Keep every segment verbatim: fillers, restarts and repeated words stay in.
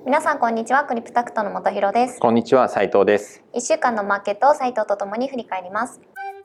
皆さんこんにちは。クリプタクトの本博です。 こんにちは、斉藤です。 いっしゅうかんのマーケットを斉藤とともに振り返ります。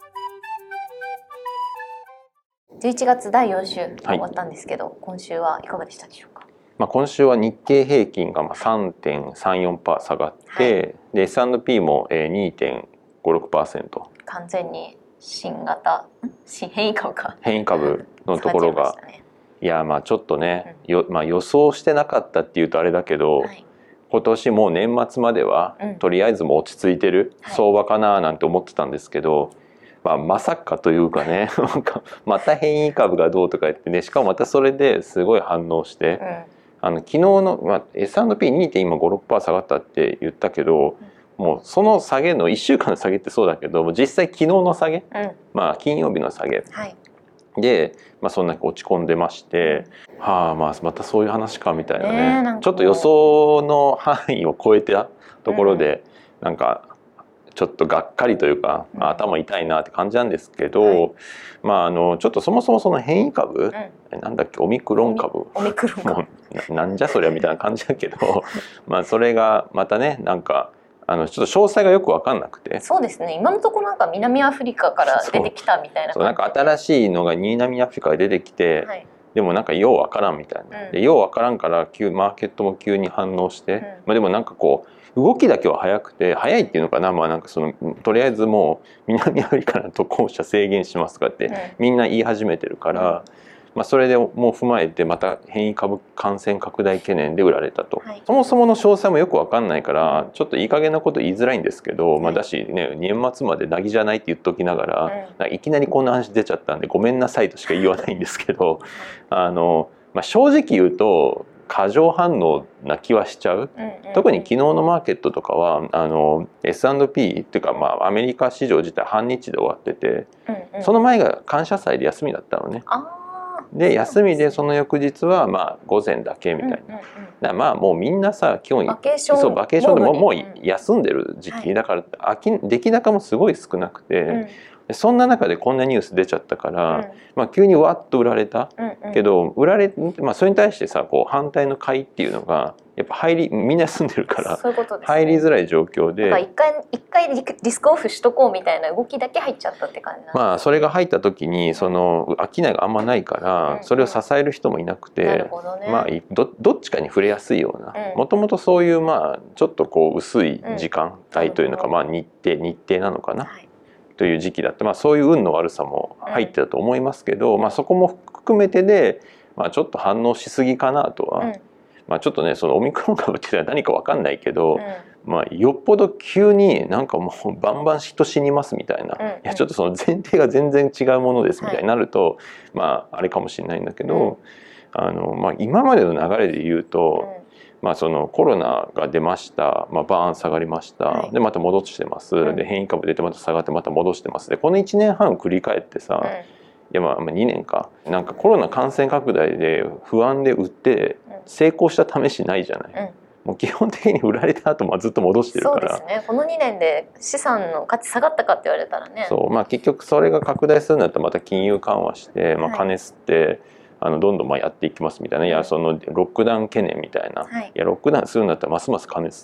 じゅういちがつだいよん週終わったんですけど、はい、今週はいかがでしたでしょうか。 まあ、今週は日経平均が さんてんさんよんパーセント 下がって、はい、で エスアンドピー も にてんごろくパーセント。 完全に新型新変異株か変異株のところが、ね、いやまあちょっとね、うんよまあ、予想してなかったっていうとあれだけど、はい、今年もう年末までは、うん、とりあえずもう落ち着いてる相場かななんて思ってたんですけど、はいまあ、まさかというかねなんかまた変異株がどうとか言ってね、しかもまたそれですごい反応して、うん、あの昨日の、まあ、エスアンドピーにてんごろくパーセント 下がったって言ったけど、うん、もうその下げのいっしゅうかんの下げってそうだけど実際昨日の下げ、うん、まあ金曜日の下げ、はい、で、まあ、そんな落ち込んでまして、うん、はあまあまたそういう話かみたいなね、ねちょっと予想の範囲を超えたところで、うん、なんかちょっとがっかりというか、うん、頭痛いなって感じなんですけど、はい、まああのちょっとそもそもその変異株、うん、なんだっけオミクロン株オミクロン株な, なんじゃそりゃみたいな感じだけどまあそれがまたねなんかあのちょっと詳細がよく分かんなくて。 そうですね、今のところなんか南アフリカから出てきたみたいな感じで、 なんか新しいのが南アフリカが出てきて、はい、でもなんかよう分からんみたいな、うん、でよう分からんから急マーケットも急に反応して、うんまあ、でもなんかこう動きだけは早くて早いっていうのかな、まあなんかそのとりあえずもう南アフリカの渡航者制限しますとかって、うん、みんな言い始めてるから、うんまあ、それでもう踏まえてまた変異株感染拡大懸念で売られたと、はい、そもそもの詳細もよく分かんないからちょっといい加減なこと言いづらいんですけど、はいまあ、だしね年末まで凪じゃないって言っときながら、うん、いきなりこんな話出ちゃったんでごめんなさいとしか言わないんですけどあの、まあ、正直言うと過剰反応な気はしちゃう、うんうんうん、特に昨日のマーケットとかはあの エスアンドピー っていうか、まあ、アメリカ市場自体半日で終わってて、うんうん、その前が感謝祭で休みだったのね。で休みでその翌日はまあ午前だけみたいな、うんうんうん、だからまあもうみんなさ基本バケーションそうバケーションでももう休んでる時期、うん、だから出来高もすごい少なくて、うんそんな中でこんなニュース出ちゃったから、うんまあ、急にわっと売られた、うんうん、けど売られ、まあ、それに対してさこう反対の買いっていうのがやっぱ入りみんな住んでるからそういうことですね、 入りづらい状況で一回一回リスクオフしとこうみたいな動きだけ入っちゃったって感じなんです、 まあそれが入った時にその商いがあんまないからそれを支える人もいなくて、うんうんなるほどね、まあ ど, どっちかに触れやすいようなもともとそういうまあちょっとこう薄い時間帯というのか、うん、まあ日程日程なのかな、はいという時期だって、まあ、そういう運の悪さも入ってたと思いますけど、うんまあ、そこも含めてで、まあ、ちょっと反応しすぎかなとは、うんまあ、ちょっとねそのオミクロン株っていうのは何か分かんないけど、うんまあ、よっぽど急になんかもうバンバン人死にますみたいな、うん、いやちょっとその前提が全然違うものですみたいになると、はい、まああれかもしれないんだけど、うん、あのまあ、今までの流れで言うと、うんまあ、そのコロナが出ました、まあ、バーン下がりました、はい、でまた戻してます、うん、で変異株出てまた下がってまた戻してますでこのいちねんはん繰り返ってさ、うん、いやまあにねんかなんかコロナ感染拡大で不安で売って成功した試しないじゃない、うん、もう基本的に売られた後もずっと戻してるからそうですねこのにねんで資産の価値下がったかって言われたらねそう、まあ、結局それが拡大するんだったらまた金融緩和して、まあ、金吸って、はいあのどんどんまあやっていきますみたいな、うん、いやそのロックダウン懸念みたいな、はい、いやロックダウンするんだったらますます金吸って、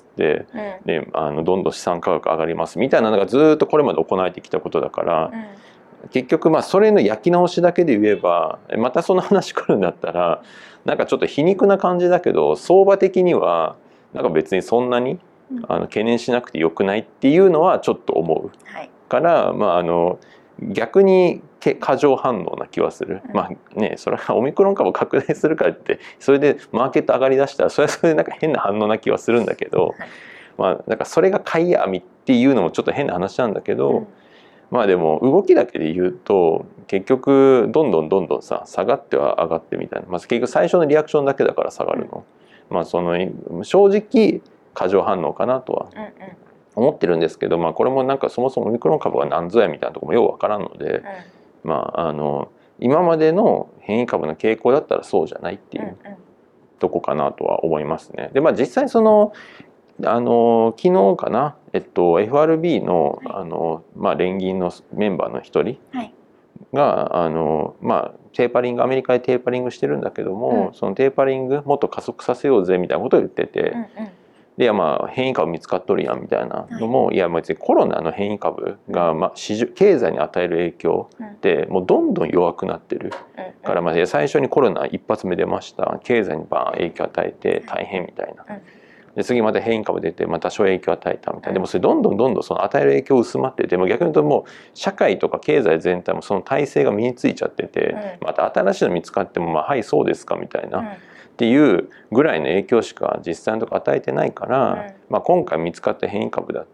うん、であのどんどん資産価格上がりますみたいなのがずっとこれまで行われてきたことだから、うん、結局まあそれの焼き直しだけで言えばまたその話来るんだったらなんかちょっと皮肉な感じだけど相場的にはなんか別にそんなに、うん、あの懸念しなくてよくないっていうのはちょっと思う、はい、からまああの逆に過剰反応な気はする、うん、まあねそれはオミクロン株拡大するからってそれでマーケット上がりだしたらそれはそれでなんか変な反応な気はするんだけど、はい、まあなんかそれが買いやみっていうのもちょっと変な話なんだけど、うん、まあでも動きだけで言うと結局どんどんどんどんさ下がっては上がってみたいな、まあ、結局最初のリアクションだけだから下がるの、うん、まあその正直過剰反応かなとは、うんうん思ってるんですけど、まあ、これもなんかそもそもオミクロン株は何ぞやみたいなところもようわからんので、うんまあ、あの今までの変異株の傾向だったらそうじゃないっていうとこかなとは思いますね。で、まあ、実際そのあの昨日かな、えっと、エフアールビー の、はいあのまあ、連銀のメンバーの一人があの、まあ、テーパリングアメリカでテーパリングしてるんだけども、うん、そのテーパリングもっと加速させようぜみたいなことを言ってて、うんうん、でいやまあ変異株見つかっとるやんみたいなのも、はい、いや別にコロナの変異株が、まあ、市場経済に与える影響ってもうどんどん弱くなってる、うん、から、まあ、最初にコロナ一発目出ました、経済にバーン影響を与えて大変みたいな。うん、で次また変異株出てまた多少影響を与えたみたいな、でもそれどんどんどんどんその与える影響薄まってて、も逆に言うともう社会とか経済全体もその体制が身についちゃってて、また新しいの見つかってもまあはいそうですかみたいな、っていうぐらいの影響しか実際のところ与えてないから、まあ、今回見つかった変異株だって、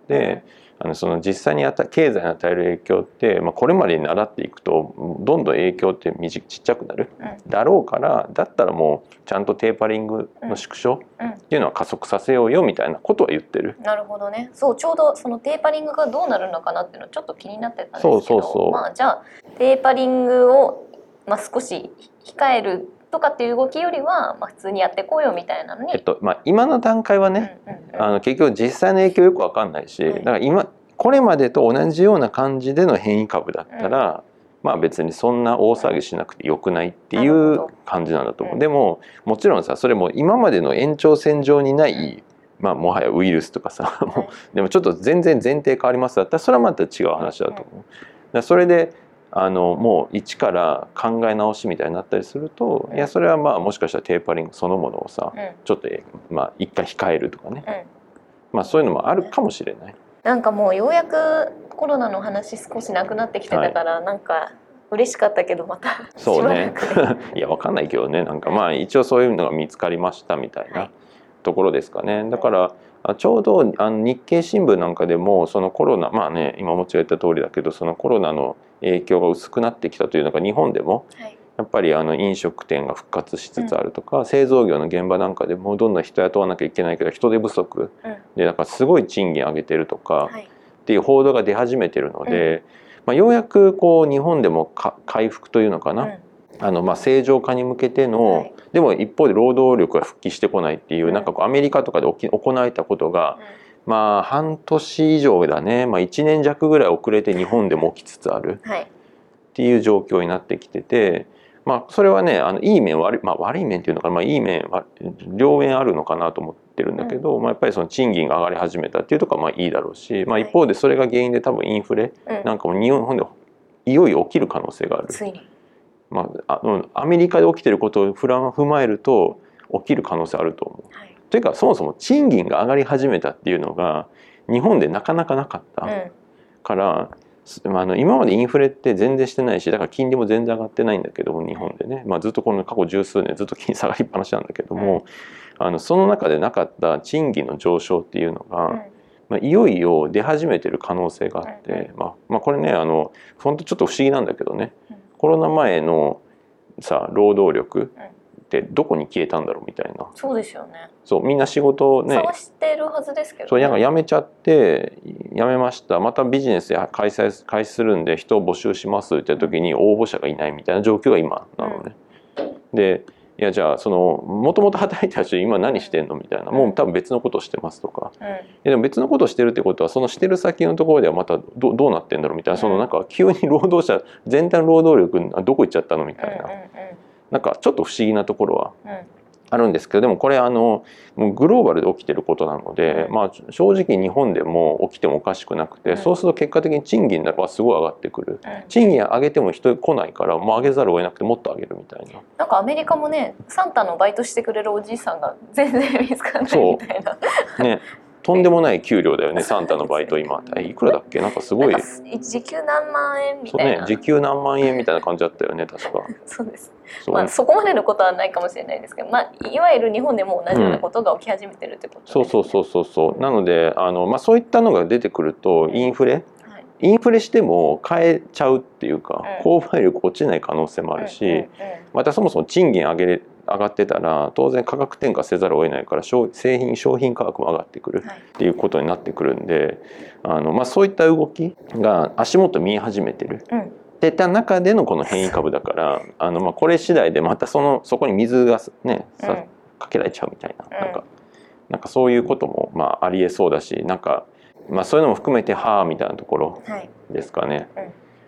あのその実際にあた経済に与える影響って、まあ、これまでに習っていくとどんどん影響ってちっちゃくなる、うん、だろうから、だったらもうちゃんとテーパリングの縮小っていうのは加速させようよみたいなことは言ってる。 なるほどね。そうちょうどそのテーパリングがどうなるのかなっていうのちょっと気になってたんですけど、そうそうそう、まあ、じゃあテーパリングを、まあ、少し控えるとかっていう動きよりは、まあ、普通にやってこうよみたいなのに、 えっとまあ、今の段階はね、うんうんうん、あの結局実際の影響よく分かんないし、はい、だから今これまでと同じような感じでの変異株だったら、うん、まあ別にそんな大騒ぎしなくてよくないっていう感じなんだと思う。でももちろんさ、それも今までの延長線上にない、まあ、もはやウイルスとかさもうでもちょっと全然前提変わりますだったらそれはまた違う話だと思う。だからそれであのもう一から考え直しみたいになったりすると、いやそれはまあもしかしたらテーパリングそのものをさ、ちょっとまあ一回控えるとかね、まあそういうのもあるかもしれない。 なんかもうようやくコロナの話少しなくなってきてたから、はい、なんか嬉しかったけどまたそうねいやわかんないけどね、なんかまあ一応そういうのが見つかりましたみたいなところですかね。だからちょうどあの日経新聞なんかでもそのコロナ、まあね今もちろん言った通りだけど、そのコロナの影響が薄くなってきたというのが日本でも、はい、やっぱりあの飲食店が復活しつつあるとか、うん、製造業の現場なんかでもどんどん人雇わなきゃいけないけど人手不足、うん、でだからすごい賃金上げてるとか、はい、っていう報道が出始めてるので、うん、まあ、ようやくこう日本でもか回復というのかな、うん、あのまあ正常化に向けての、はい、でも一方で労働力が復帰してこないっていう、うん、なんかこうアメリカとかで起き行われたことが、うん、まあ半年以上だね、まあ、いちねん弱ぐらい遅れて日本でも起きつつあるっていう状況になってきてて、まあそれはねあのいい面悪い、まあ、悪い面っていうのかな、まあ、いい面両面あるのかなと思ってるんだけど、うん、まあ、やっぱりその賃金が上がり始めたっていうとこはまあいいだろうし、まあ、一方でそれが原因で多分インフレなんかも日本でいよいよ起きる可能性がある。 ついにまあ、あアメリカで起きてることを踏まえると起きる可能性あると思う。はい、というかそもそも賃金が上がり始めたっていうのが日本でなかなかなかったから、うん、あの今までインフレって全然してないし、だから金利も全然上がってないんだけども日本でね、まあ、ずっとこの過去十数年ずっと金利下がりっぱなしなんだけども、うん、あのその中でなかった賃金の上昇っていうのが、うん、まあ、いよいよ出始めてる可能性があって、うん、まあ、まあこれねあの本当ちょっと不思議なんだけどね、うん、コロナ前のさ労働力ってどこに消えたんだろうみたいな。 そうですよね。 そうみんな仕事をね探してるはずですけど、ね、 そうなんか辞めちゃって辞めました、またビジネス開催開始するんで人を募集しますって時に応募者がいないみたいな状況が今なのね。うん、でいやじゃあそのもともと働いてた人今何してんのみたいな、もう多分別のことしてますとか、うん、いやでも別のことしてるってことはそのしてる先のところではまた ど, どうなってんだろうみたいな、そのなんか急に労働者全体の労働力どこ行っちゃったのみたいな、なんかちょっと不思議なところはあるんですけど、でもこれあのもうグローバルで起きてることなので、まあ、正直日本でも起きてもおかしくなくて、そうすると結果的に賃金だからすごい上がってくる。賃金上げても人来ないからもう上げざるを得なくてもっと上げるみたいな。 なんかアメリカもねサンタのバイトしてくれるおじいさんが全然見つからないみたいな。 ね、とんでもない給料だよねサンタのバイト今いくらだっけ、なんかすごい時給何万円みたいな。 そうね、時給何万円みたいな感じだったよね確か。 そうです。まあそこまでのことはないかもしれないですけど、まあいわゆる日本でも同じようなことが起き始めてるってことですね。 うん、そうそうそうそうそう。なのであのまあそういったのが出てくるとインフレ、はい、インフレしても買えちゃうっていうか、うん、購買力落ちない可能性もあるし、うんうんうん、またそもそも賃金上げれ上がってたら当然価格転嫁せざるを得ないから製品商品価格も上がってくるっていうことになってくるんで、あの、まあ、そういった動きが足元見え始めてる、うん、っていった中でのこの変異株だからあの、まあ、これ次第でまたそのそこに水がねさ、うん、かけられちゃうみたいな、うん、なんかなんかそういうこともまあありえそうだし、なんか、まあ、そういうのも含めてはあみたいなところですかね。はい、うん、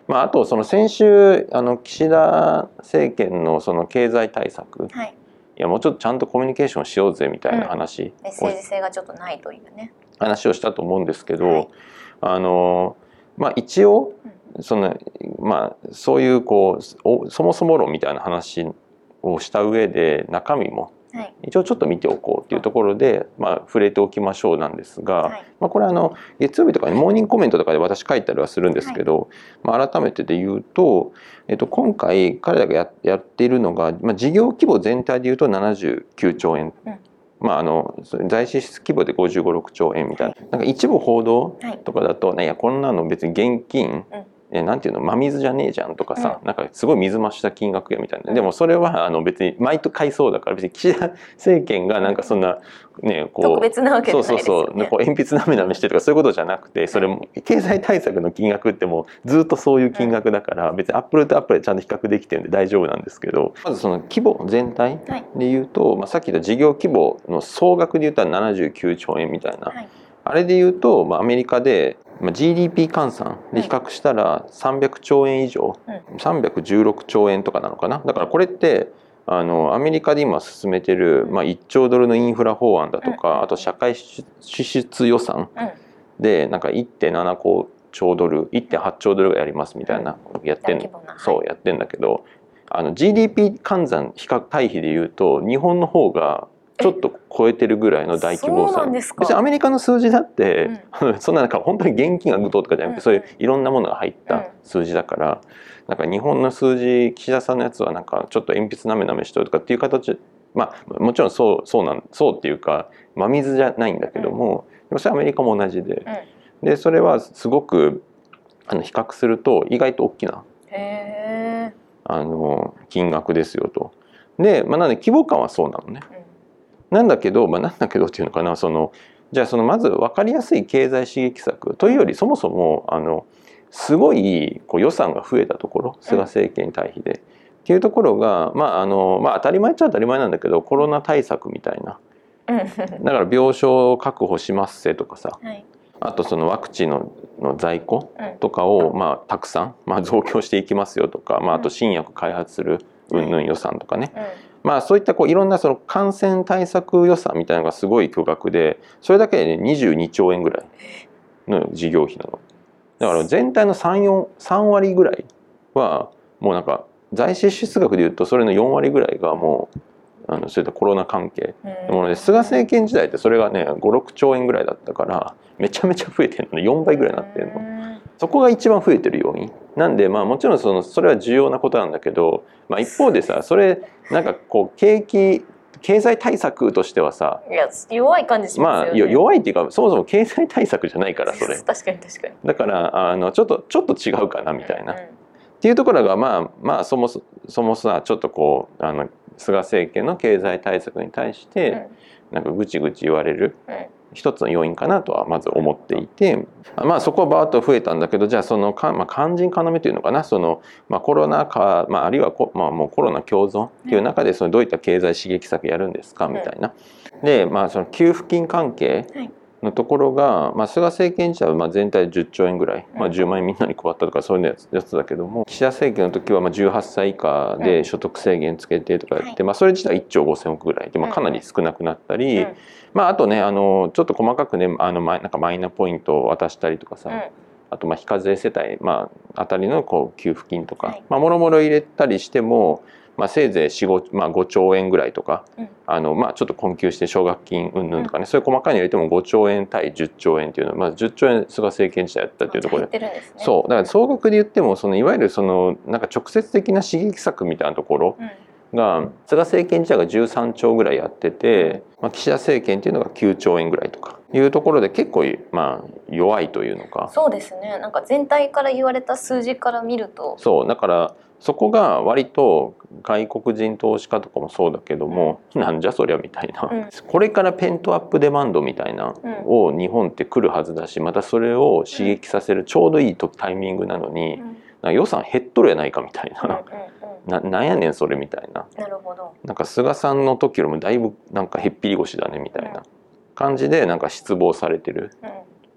まあ、あとその先週あの岸田政権のその経済対策、はい、いやもうちょっとちゃんとコミュニケーションしようぜみたいな話、うん、 メッセージ性がちょっとないというね話をしたと思うんですけど、はい、あのまあ、一応その、まあ、そういうこうそもそも論みたいな話をした上で中身も一応ちょっと見ておこうっていうところで、まあ、触れておきましょうなんですが、はい、まあ、これはあの月曜日とかにモーニングコメントとかで私書いたりはするんですけど、はい、まあ、改めてで言うと、えっと、今回彼らが や, やっているのが、まあ、事業規模全体でいうとななじゅうきゅうちょうえん、うん、まあ、あの財支出規模でごじゅうご、ろくちょうえんみたいな、はい、なんか一部報道とかだと、ね、いやこんなの別に現金、うん、なんていうの真水じゃねえじゃんとかさ、うん、なんかすごい水増した金額やみたいな、でもそれはあの別に毎回そうだから別に岸田政権がなんかそんなねこう特別なわけじゃないですよね。 そうそうそうこう鉛筆なめなめしてとかそういうことじゃなくて、それも経済対策の金額ってもうずっとそういう金額だから別にアップルとアップルでちゃんと比較できてるんで大丈夫なんですけど、まずその規模全体でいうと、まあ、さっき言った事業規模の総額で言ったらななじゅうきゅうちょうえんみたいな、はい、あれで言うと、まあ、アメリカでジーディーピー 換算で比較したらさんびゃくちょうえん以上、うん、さんびゃくじゅうろくちょうえんとかなのかな。だからこれってあのアメリカで今進めてる、まあ、いっちょうドルのインフラ法案だとか、あと社会支出予算でなんか いってんななちょうドル いってんはちちょうドルがやりますみたいなやってん、そうやってんだけど、あの ジーディーピー 換算比較対比でいうと日本の方がちょっと超えてるぐらいの大規模さ。別にアメリカの数字だって、うん、そんななんか本当に現金がグトとかじゃなくて、そういういろんなものが入った数字だから、なんか日本の数字岸田さんのやつはなんかちょっと鉛筆なめなめしてるとかっていう形、まあもちろんそうそうなんそうっていうか真水じゃないんだけども、でもそれはアメリカも同じで、うん、でそれはすごくあの比較すると意外と大きなへあの金額ですよと。で、まあ、なので規模感はそうなのね。なんだけど、まあ、なんだけどっていうのかな、そのじゃあそのまず分かりやすい経済刺激策というよりそもそもあのすごいこう予算が増えたところ、菅政権に対比で、うん、っていうところが、まああのまあ、当たり前っちゃ当たり前なんだけどコロナ対策みたいな、だから病床を確保しますせとかさ、はい、あとそのワクチン の, の在庫とかを、まあ、たくさん、まあ、増強していきますよとか、まあ、あと新薬開発する云々予算とかね、うんうん、まあ、そういったこういろんなその感染対策予算みたいなのがすごい巨額で、それだけで、ね、にじゅうにちょうえんぐらいの事業費なの。だから全体のさん、よん、さんわりぐらいはもうなんか財支出額でいうとそれのよんわりぐらいがもうあのそういったコロナ関係のもので、菅政権時代ってそれがねご、ろくちょうえんぐらいだったからめちゃめちゃ増えてるのね。よんばいぐらいになってるの。そこが一番増えてる要因なんで、まあもちろんそのそれは重要なことなんだけど、まあ、一方でさそれなんかこう景気経済対策としてはさ、 いや弱い感じしますよね。 まあ弱いっていうかそもそも経済対策じゃないからそれ。 確かに確かに。 だからあのちょっとちょっと違うかなみたいな、うんうん、っていうところがまあまあそもそもさちょっとこうあの菅政権の経済対策に対してなんかぐちぐち言われる一つの要因かなとはまず思っていて、まあそこはバーッと増えたんだけど、じゃあそのか、まあ、肝心要というのかな、その、まあ、コロナ禍、まあ、あるいはこ、まあ、もうコロナ共存っていう中でそのどういった経済刺激策やるんですかみたいな。で、まあ、その給付金関係のところが、まあ、菅政権自体はまあ全体じゅっちょうえんぐらい、まあ、じゅうまんえんみんなに配ったとかそういうやつだけども、岸田政権の時はまあじゅうはっさい以下で所得制限つけてとかやって、まあ、それ自体いっちょうごせんおくぐらいで、まあ、かなり少なくなったり、まあ、あとねあのちょっと細かくねあのなんかマイナポイントを渡したりとかさ、あとまあ非課税世帯、まあ、あたりのこう給付金とか、まあ、もろもろ入れたりしても、まあ、せいぜいよん、ご、まあ、ごちょうえんぐらいとか、うん、あのまあ、ちょっと困窮して奨学金云々とかね、うん、そういう細かいの入れてもごちょうえん対じゅっちょうえんっていうのは、まあ、じゅっちょうえん菅政権時代やったっていうところで、ね、そうだから総額で言ってもそのいわゆるそのなんか直接的な刺激策みたいなところが、うん、菅政権時代がじゅうさんちょうぐらいやってて、まあ、岸田政権っていうのがきゅうちょうえんぐらいとかいうところで結構まあ弱いというのか。 そうですね。なんか全体から言われた数字から見ると、 そうだからそこが割と外国人投資家とかもそうだけども、うん、なんじゃそりゃみたいな、うん、これからペントアップデマンドみたいなを日本って来るはずだし、またそれを刺激させるちょうどいいタイミングなのに、うん、なんか予算減っとるやないかみたいな、うんうんうん、な, なんやねんそれみたいな、 なるほど、 なんか菅さんの時よりもだいぶなんかへっぴり腰だねみたいな感じでなんか失望されてる。うん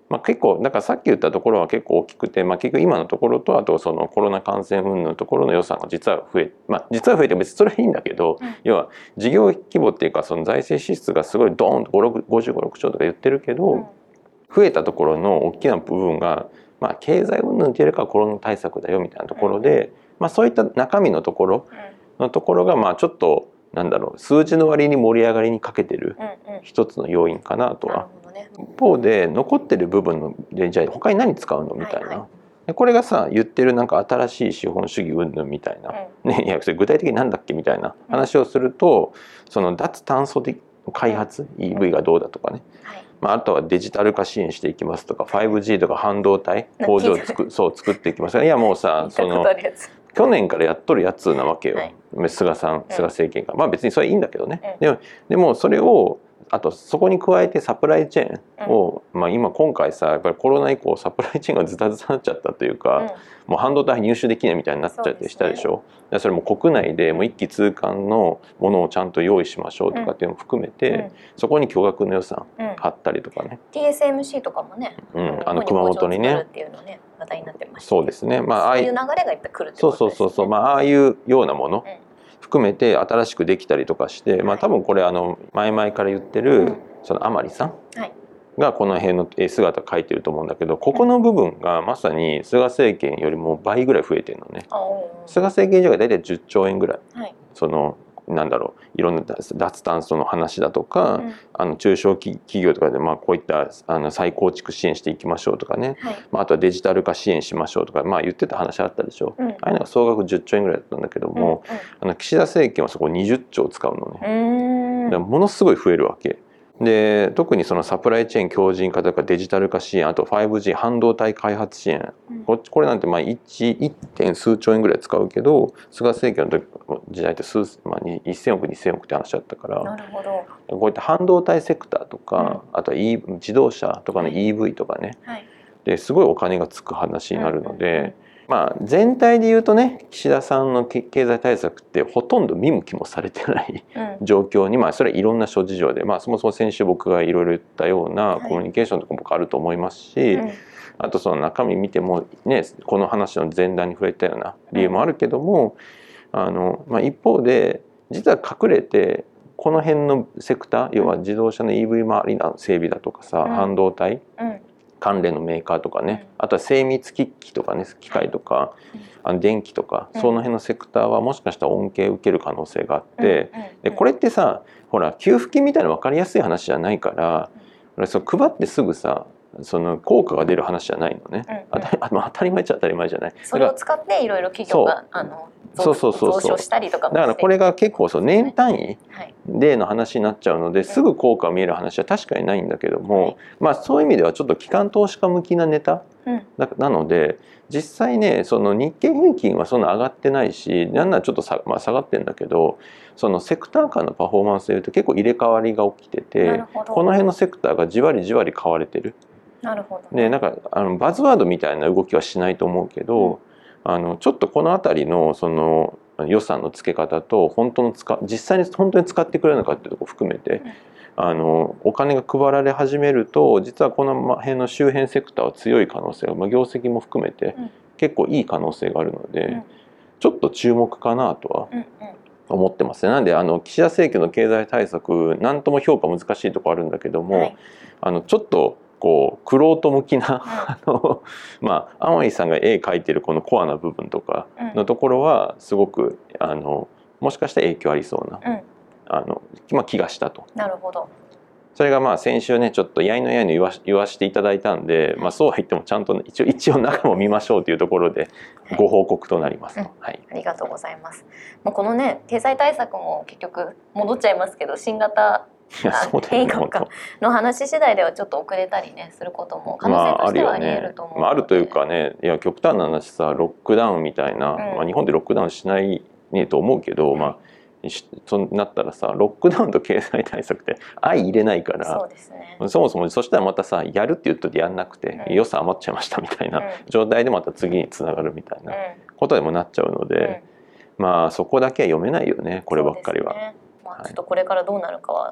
まあ、結構だからさっき言ったところは結構大きくて、まあ、結局今のところとあとそのコロナ感染云々のところの予算が実は増え、まあ、実は増えて別にそれはいいんだけど、うん、要は事業規模っていうかその財政支出がすごいドーンとごじゅうご、ろくちょうとか言ってるけど、うん、増えたところの大きな部分が、まあ、経済云々というよりかはコロナ対策だよみたいなところで、うん、まあ、そういった中身のところのところがまあちょっとなんだろう数字の割に盛り上がりに欠けてる一つの要因かなとは。一方で残ってる部分のでじゃあ他に何使うのみたいな、はいはい、でこれがさ言ってるなんか新しい資本主義云々みたいな、うんね、いやそれ具体的に何だっけみたいな話をすると、うん、その脱炭素的開発、うん、イーブイ がどうだとかね、はい、まあ、あとはデジタル化支援していきますとか ファイブジー とか半導体工場をつくそう作っていきます。いやもうさその去年からやっとるやつなわけよ、はい、菅さん菅政権が、まあ別にそれいいんだけどね、うん、でもでもそれをあとそこに加えてサプライチェーンを、うん、まあ今今回さやっぱりコロナ以降サプライチェーンがズタズタになっちゃったというか、うん、もう半導体入手できないみたいになっちゃってしたでしょ。そ, ね、それも国内でもう一気通貫のものをちゃんと用意しましょうとかっていうのも含めて、うん、そこに巨額の予算張ったりとかね、 うん、ティーエスエムシー とかもね、うん、あの熊本にね話題になってました。 そうですね、まあ、 そういう流れがやっぱり来るってことですね。 そうそうそうそう、まあああいうようなもの、うん、含めて新しくできたりとかして、まあ、多分これあの前々から言ってるその甘利さんがこの辺の姿を描いてると思うんだけど、ここの部分がまさに菅政権よりも倍ぐらい増えてるのね。菅政権上が大体じゅっちょうえんぐらい、はい、そのなんだろういろんな脱炭素の話だとか、うん、あの中小企業とかでまあこういったあの再構築支援していきましょうとかね、はい、まあ、あとはデジタル化支援しましょうとか、まあ、言ってた話あったでしょ、うん、ああいうのが総額じゅっちょうえんぐらいだったんだけども、うんうん、あの岸田政権はそこにじゅっちょう使うのね。だからものすごい増えるわけで、特にそのサプライチェーン強靭化とかデジタル化支援、あと ファイブジー 半導体開発支援、うん、これなんてまあ 1, いってん数兆円ぐらい使うけど菅政権の時代って数、まあ、せんおくにせんおくって話だったから、 なるほど、 こういった半導体セクターとか、うん、あとは、e、自動車とかの イーブイ とかね、はい、ですごいお金がつく話になるので、うんうんうん、まあ、全体で言うとね岸田さんの経済対策ってほとんど見向きもされてない状況に、まあ、それはいろんな諸事情で、まあ、そもそも先週僕がいろいろ言ったようなコミュニケーションとかもあると思いますし、はい、あとその中身見てもねこの話の前段に触れたような理由もあるけども、あの、まあ、一方で実は隠れてこの辺のセクター、要は自動車の イーブイ 周りの整備だとかさ、うん、半導体、うん関連のメーカーとかね、うん、あとは精密機器とかね機械とか、うん、あの電気とか、うん、その辺のセクターはもしかしたら恩恵を受ける可能性があって、うんうんうん、でこれってさほら給付金みたいな分かりやすい話じゃないから、うん、その配ってすぐさその効果が出る話じゃないのね、うんうん、当たり、当たり前っちゃ当たり前じゃない。 それを使っていろいろ企業があの増床したりとかもして、 だからこれが結構そう年単位での話になっちゃうので、すぐ効果が見える話は確かにないんだけども、まあそういう意味ではちょっと機関投資家向きなネタなので、実際ねその日経平均はそんな上がってないし、なんならちょっとさ、まあ、下がってんだけど、そのセクター間のパフォーマンスでいうと結構入れ替わりが起きてて、この辺のセクターがじわりじわり買われてる。 なるほどね。 でなんかあのバズワードみたいな動きはしないと思うけど、うん、あのちょっとこの辺りのその予算の付け方と本当の使実際に本当に使ってくれるのかっていうところを含めて、うん、あのお金が配られ始めると実はこの辺の周辺セクターは強い可能性が、まあ、業績も含めて結構いい可能性があるので、うん、ちょっと注目かなとは思ってますね。なんであの岸田政権の経済対策何とも評価難しいところあるんだけども、はい、あのちょっとこう玄人向きな、あのまあ天海さんが絵描いてるこのコアな部分とかのところはすごくあのもしかしたら影響ありそうな、うん、あのまあ、気がしたと。 なるほど。 それがまあ先週ねちょっとやいのやいの言わ言わしていただいたんで、まあ、そうは言ってもちゃんと一応一応中も見ましょうというところでご報告となります、 はいうんはい、ありがとうございます。もうこのね経済対策も結局戻っちゃいますけど新型変異株の話次第ではちょっと遅れたりねすることも可能性としてはあり得ると思うので、 まあ、あるよね。まあ、あるというかねいや極端な話さロックダウンみたいな、うんまあ、日本でロックダウンしないねと思うけど、まあそうなったらさロックダウンと経済対策って相入れないから、 そうですね、 そもそもそしたらまたさやるって言うとやんなくて、うん、予算余っちゃいましたみたいな状態でまた次につながるみたいなことでもなっちゃうので、うん、まあそこだけは読めないよねこればっかりは。 そうですね。まあ、ちょっとこれからどうなるかは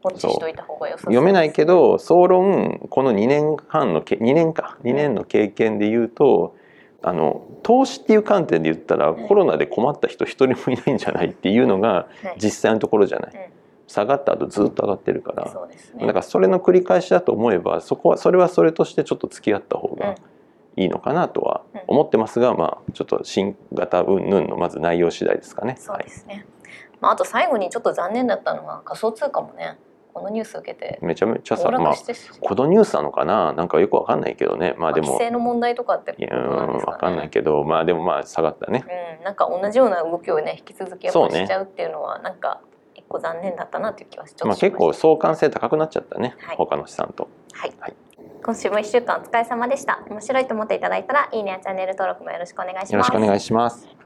ウォッチしといた方が良さそうです。 読めないけど総論このにねんはんのけにねんかにねんの経験で言うと、あの投資っていう観点で言ったら、はい、コロナで困った人一人もいないんじゃないっていうのが実際のところじゃない、はい、下がった後ずっと上がってるから、そうですね、だからそれの繰り返しだと思えば、そこはそれはそれとしてちょっと付き合った方がいいのかなとは思ってますが、うん、まあちょっと新型云々のまず内容次第ですかね。 そうですね、はい、まあ、あと最後にちょっと残念だったのは仮想通貨もね、このニュース受けてめちゃめちゃさ、まあこのニュースなのかな、なんかよくわかんないけどね、まあでも規制の問題とかってことなんですかね。 わかんないけど、まあでもまあ下がったね。 うん、なんか同じような動きをね引き続きやっぱしちゃうっていうのはなんか一個残念だったなっていう気はちょっとしました。 まあ結構相関性高くなっちゃったね、はい、他の資産と。 はい。はい、今週もいっしゅうかんお疲れ様でした。面白いと思っていただいたらいいねやチャンネル登録もよろしくお願いします。 よろしくお願いします。